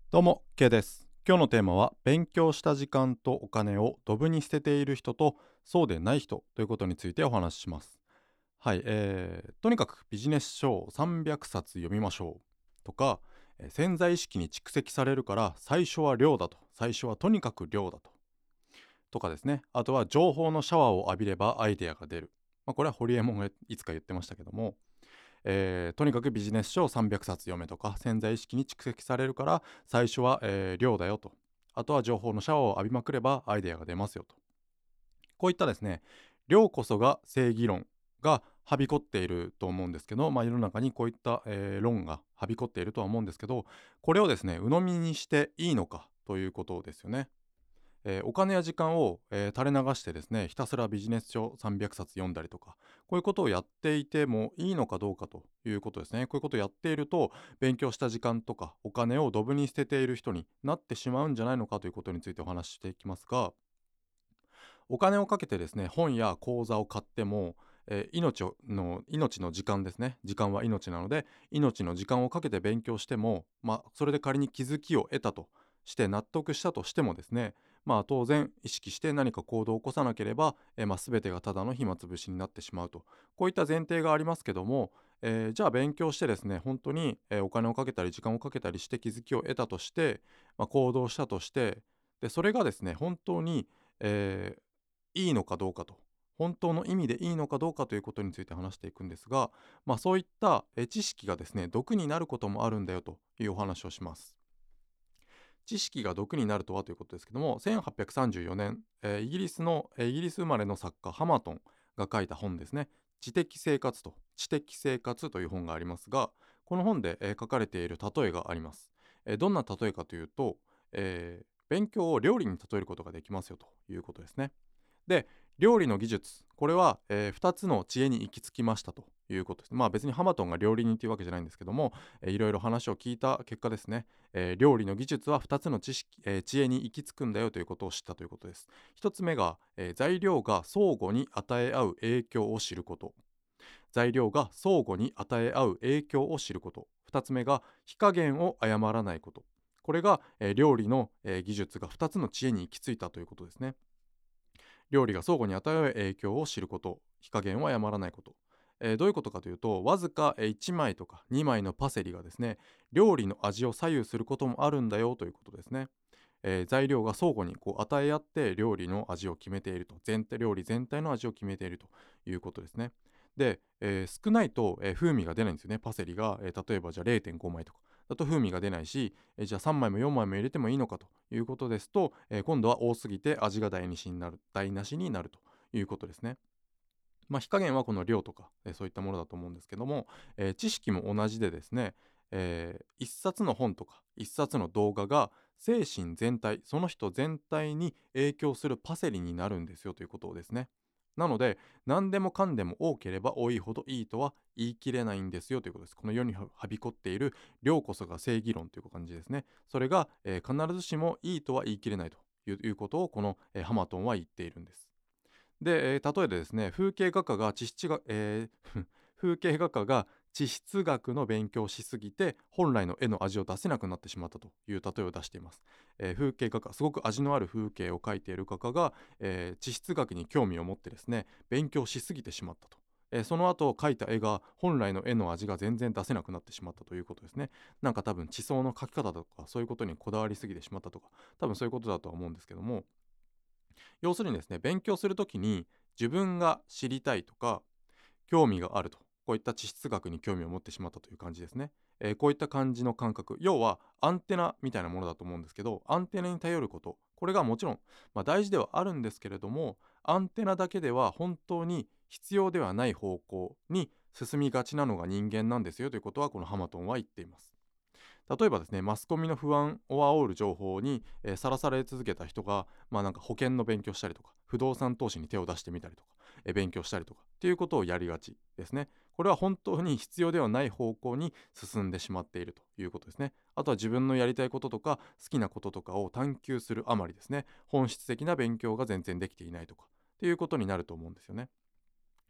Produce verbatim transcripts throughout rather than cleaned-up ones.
どうも、K です。今日のテーマは、勉強した時間とお金をドブに捨てている人とそうでない人ということについてお話しします。はい、えー、とにかくビジネス書をさんびゃくさつ読みましょうとか、えー潜在意識に蓄積されるから最初は量だと、最初はとにかく量だと、とかですね。あとは情報のシャワーを浴びればアイデアが出る。まあ、これはホリエモンがいつか言ってましたけども、えーとにかくビジネス書をさんびゃくさつ読めとか、潜在意識に蓄積されるから最初は、えー量だよと、あとは情報のシャワーを浴びまくればアイデアが出ますよと、こういったですね、量こそが正義論がはびこっていると思うんですけど、まあ、世の中にこういった、えー論がはびこっているとは思うんですけど、これをですね鵜呑みにしていいのかということですよね。えーお金や時間を、えー垂れ流してですね、ひたすらビジネス書さんびゃくさつ読んだりとか、こういうことをやっていてもいいのかどうかということですね。こういうことをやっていると、勉強した時間とかお金をドブに捨てている人になってしまうんじゃないのかということについてお話ししていきますが、お金をかけてですね、本や講座を買っても、えー命をの命の時間ですね、時間は命なので、命の時間をかけて勉強しても、まあ、それで仮に気づきを得たとして納得したとしてもですね、まあ、当然意識して何か行動を起こさなければ、えーまあ、全てがただの暇つぶしになってしまうと、こういった前提がありますけども、えーじゃあ勉強してですね、本当に、えーお金をかけたり時間をかけたりして気づきを得たとして、まあ、行動したとして、でそれがですね本当に、えーいいのかどうかと、本当の意味でいいのかどうかということについて話していくんですが、まあ、そういったえ知識がですね毒になることもあるんだよというお話をします。知識が毒になるとはということですけども、せんはっぴゃくさんじゅうよねん、えーイギリスの、えーイギリス生まれの作家ハマトンが書いた本ですね。知的生活と知的生活という本がありますが、この本で、えー書かれている例えがあります。えーどんな例えかというと、えー勉強を料理に例えることができますよということですね。で、料理の技術、これは、えふたつの知恵に行き着きましたということです。まあ別にハマトンが料理人というわけじゃないんですけども、えーいろいろ話を聞いた結果ですね、えー料理の技術はふたつの知識、えー知恵に行き着くんだよということを知ったということです。ひとつめが、えー材料が相互に与え合う影響を知ること。材料が相互に与え合う影響を知ること。ふたつめが火加減を誤らないこと。これが、えー料理の、えー技術がふたつの知恵に行き着いたということですね。料理が相互に与える影響を知ること、火加減を誤らないこと。えーどういうことかというと、わずかえーいちまいとかにまいのパセリがですね、料理の味を左右することもあるんだよということですね。えー材料が相互にこう与え合って料理の味を決めていると、全体料理全体の味を決めているということですね。で、えー少ないと、えー風味が出ないんですよね。パセリが、えー例えばじゃあれいてんごまいとかだと風味が出ないし、えーじゃあさんまいもよんまいも入れてもいいのかということですと、えー今度は多すぎて味が台無しになる台無しになるということですね。まあ、火加減はこの量とか、えーそういったものだと思うんですけども、えー知識も同じでですね、えー一冊の本とか一冊の動画が精神全体、その人全体に影響するパセリになるんですよということをですね。なので、何でもかんでも多ければ多いほどいいとは言い切れないんですよということです。この世にははびこっている量こそが正義論という感じですね。それが、えー必ずしもいいとは言い切れないといういうことをこの、えーハマトンは言っているんです。で、えー例えでですね、風景画家が地質が、えー風景画家が地質学の勉強をしすぎて本来の絵の味を出せなくなってしまったという例えを出しています。えー風景画家、すごく味のある風景を描いている画家が、えー地質学に興味を持ってですね、勉強しすぎてしまったと。えーその後描いた絵が本来の絵の味が全然出せなくなってしまったということですね。なんか多分地層の描き方とかそういうことにこだわりすぎてしまったとか、多分そういうことだとは思うんですけども、要するにですね、勉強するときに自分が知りたいとか興味があると、こういった地質学に興味を持ってしまったという感じですね。えーこういった感じの感覚、要はアンテナみたいなものだと思うんですけど、アンテナに頼ること、これがもちろん、まあ、大事ではあるんですけれども、アンテナだけでは本当に必要ではない方向に進みがちなのが人間なんですよということはこのハマトンは言っています。例えばですね、マスコミの不安を煽る情報にさら、えーさらされ続けた人が、まあなんか保険の勉強したりとか、不動産投資に手を出してみたりとか、えー勉強したりとかっていうことをやりがちですね。これは本当に必要ではない方向に進んでしまっているということですね。あとは自分のやりたいこととか好きなこととかを探求するあまりですね、本質的な勉強が全然できていないとかっていうことになると思うんですよね。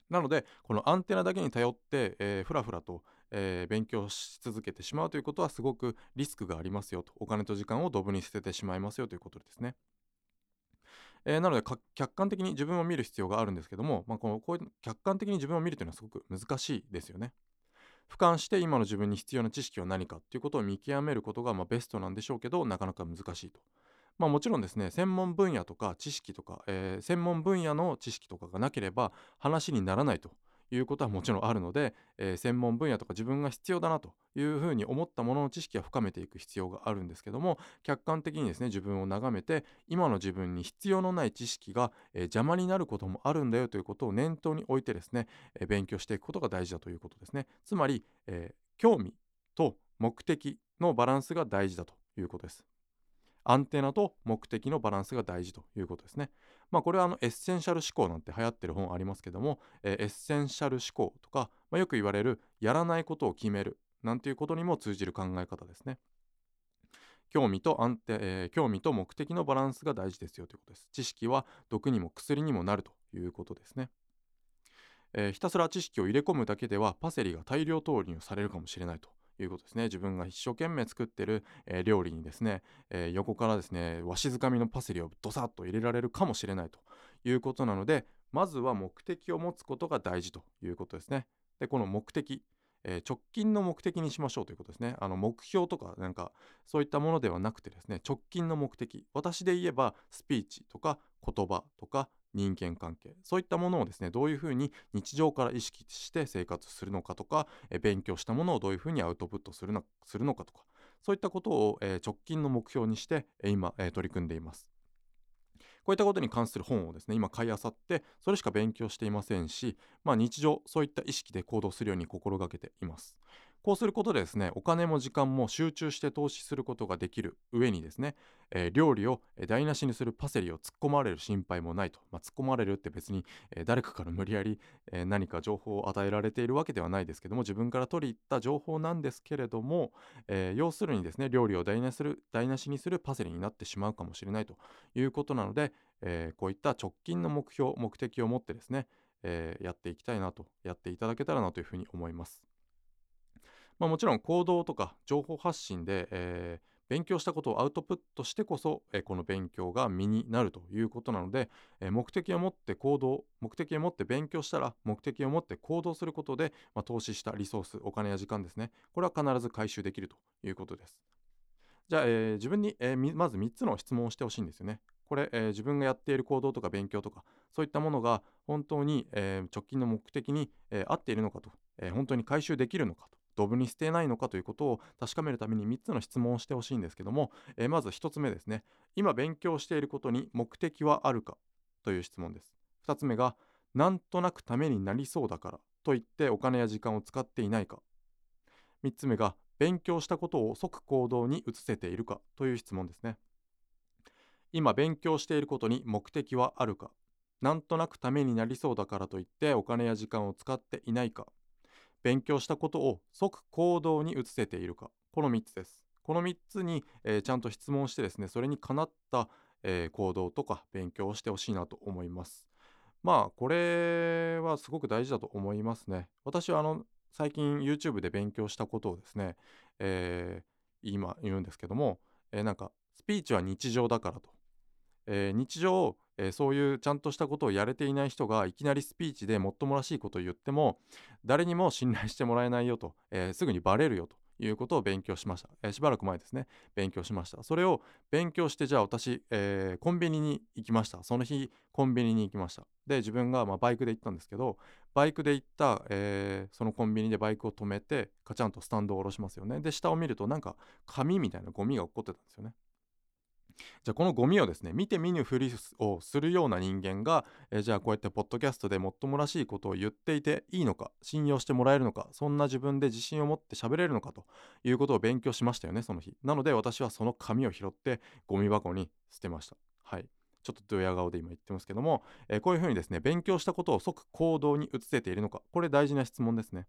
なのでこのアンテナだけに頼って、えー、ふらふらと、えー勉強し続けてしまうということはすごくリスクがありますよと。お金と時間をドブに捨ててしまいますよということですね。えーなのでか客観的に自分を見る必要があるんですけども、まあ、このこういう客観的に自分を見るというのはすごく難しいですよね。俯瞰して今の自分に必要な知識は何かっていうことを見極めることがまあベストなんでしょうけど、なかなか難しいと。まあもちろんですね、専門分野とか知識とか、えー専門分野の知識とかがなければ話にならないということはもちろんあるので、えー専門分野とか自分が必要だなというふうに思ったものの知識は深めていく必要があるんですけども、客観的にですね、自分を眺めて、今の自分に必要のない知識が、えー邪魔になることもあるんだよということを念頭に置いてですね、えー勉強していくことが大事だということですね。つまり、えー興味と目的のバランスが大事だということです。アンテナと目的のバランスが大事ということですね。まあこれはあのエッセンシャル思考なんて流行ってる本ありますけども、えーエッセンシャル思考とか、まあ、よく言われるやらないことを決めるなんていうことにも通じる考え方ですね。興味と安定、えー興味と目的のバランスが大事ですよということです。知識は毒にも薬にもなるということですね。えーひたすら知識を入れ込むだけではパセリが大量投入されるかもしれないということですね。自分が一生懸命作ってる、えー料理にですね、えー横からですね、わしづかみのパセリをドサッと入れられるかもしれないということなので、まずは目的を持つことが大事ということですね。で、この目的、えー直近の目的にしましょうということですね。あの目標とかなんかそういったものではなくてですね、直近の目的。私で言えばスピーチとか言葉とか人間関係、そういったものをですね、どういうふうに日常から意識して生活するのかとか、え勉強したものをどういうふうにアウトプットするのするのかとか、そういったことを、えー直近の目標にして、えー今、えー取り組んでいます。こういったことに関する本をですね、今買い漁って、それしか勉強していませんし、まあ日常、そういった意識で行動するように心がけています。こうすることでですね、お金も時間も集中して投資することができる上にですね、えー料理をえー台無しにするパセリを突っ込まれる心配もないと。まあ、突っ込まれるって別に、えー誰かから無理やり、えー何か情報を与えられているわけではないですけども、自分から取り入った情報なんですけれども、えー要するにですね、料理を台無しする台無しにするパセリになってしまうかもしれないということなので、えーこういった直近の目標、目的を持ってですね、えーやっていきたいなと、やっていただけたらなというふうに思います。まあ、もちろん行動とか情報発信で、えー勉強したことをアウトプットしてこそ、えーこの勉強が身になるということなので、えー目的を持って行動、目的を持って勉強したら、目的を持って行動することで、まあ、投資したリソース、お金や時間ですね、これは必ず回収できるということです。じゃあ、えー自分に、えーみまずみっつの質問をしてほしいんですよね。これ、えー自分がやっている行動とか勉強とか、そういったものが本当に、えー直近の目的に、えー合っているのかと、えー本当に回収できるのかと、ドブに捨てないのかということを確かめるためにみっつの質問をしてほしいんですけども、えーまずひとつめですね。今勉強していることに目的はあるかという質問です。ふたつめが、なんとなくためになりそうだからと言ってお金や時間を使っていないか。みっつめが、勉強したことを即行動に移せているかという質問ですね。今勉強していることに目的はあるか、なんとなくためになりそうだからといってお金や時間を使っていないか、勉強したことを即行動に移せているか、このみっつです。このみっつに、えーちゃんと質問してですね、それにかなった、えー行動とか勉強をしてほしいなと思います。まあ、これはすごく大事だと思いますね。私はあの、最近 YouTube で勉強したことをですね、えー今言うんですけども、えーなんか、スピーチは日常だからと。えー日常、えーそういうちゃんとしたことをやれていない人がいきなりスピーチでもっともらしいことを言っても誰にも信頼してもらえないよと、えーすぐにバレるよということを勉強しました、えーしばらく前ですね、勉強しました。それを勉強して、じゃあ私、えーコンビニに行きました。その日コンビニに行きました。で自分がまあバイクで行ったんですけど、バイクで行った、えーそのコンビニでバイクを止めてカチャンとスタンドを下ろしますよね。で下を見るとなんか紙みたいなゴミが起こってたんですよね。じゃあこのゴミをですね、見て見ぬふりをするような人間が、えーじゃあこうやってポッドキャストでもっともらしいことを言っていていいのか、信用してもらえるのか、そんな自分で自信を持って喋れるのかということを勉強しましたよね、その日。なので私はその紙を拾ってゴミ箱に捨てました。はい。ちょっとドヤ顔で今言ってますけども、えーこういうふうにですね、勉強したことを即行動に移せているのか、これ大事な質問ですね。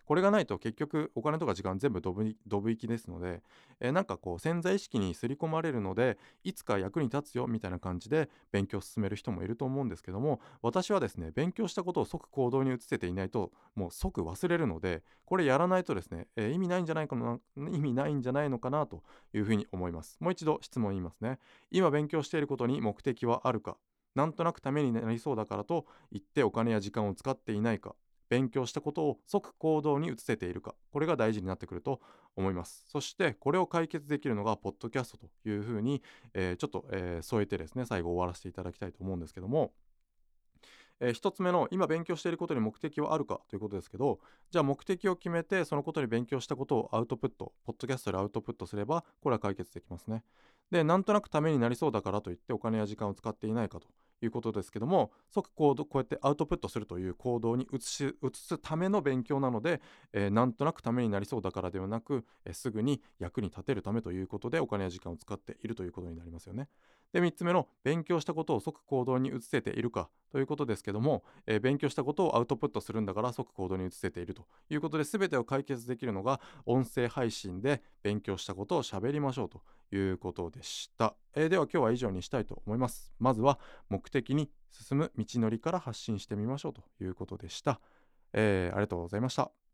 これがないと結局お金とか時間全部ドブにドブ行きですので、えーなんかこう潜在意識に刷り込まれるので、いつか役に立つよみたいな感じで勉強を進める人もいると思うんですけども、私はですね、勉強したことを即行動に移せていないと、もう即忘れるので、これやらないとですね、えー意味ないんじゃないかな、意味ないんじゃないのかなというふうに思います。もう一度質問言いますね。今勉強していることに目的はあるか、なんとなくためになりそうだからと言ってお金や時間を使っていないか、勉強したことを即行動に移せているか、これが大事になってくると思います。そしてこれを解決できるのがポッドキャストというふうに、えーちょっと、えー添えてですね、最後終わらせていただきたいと思うんですけども、えー、ひとつめの今勉強していることに目的はあるかということですけど、じゃあ目的を決めてそのことに勉強したことをアウトプット、ポッドキャストでアウトプットすれば、これは解決できますね。で、なんとなくためになりそうだからといってお金や時間を使っていないかということですけども、即行動、こうやってアウトプットするという行動に移し移すための勉強なので、えーなんとなくためになりそうだからではなく、えーすぐに役に立てるためということでお金や時間を使っているということになりますよね。で、みっつめの勉強したことを即行動に移せているかということですけども、えー勉強したことをアウトプットするんだから即行動に移せているということで、全てを解決できるのが音声配信で勉強したことを喋りましょうということでした。えーでは今日は以上にしたいと思います。まずは目的に進む道のりから発信してみましょうということでした。えーありがとうございました。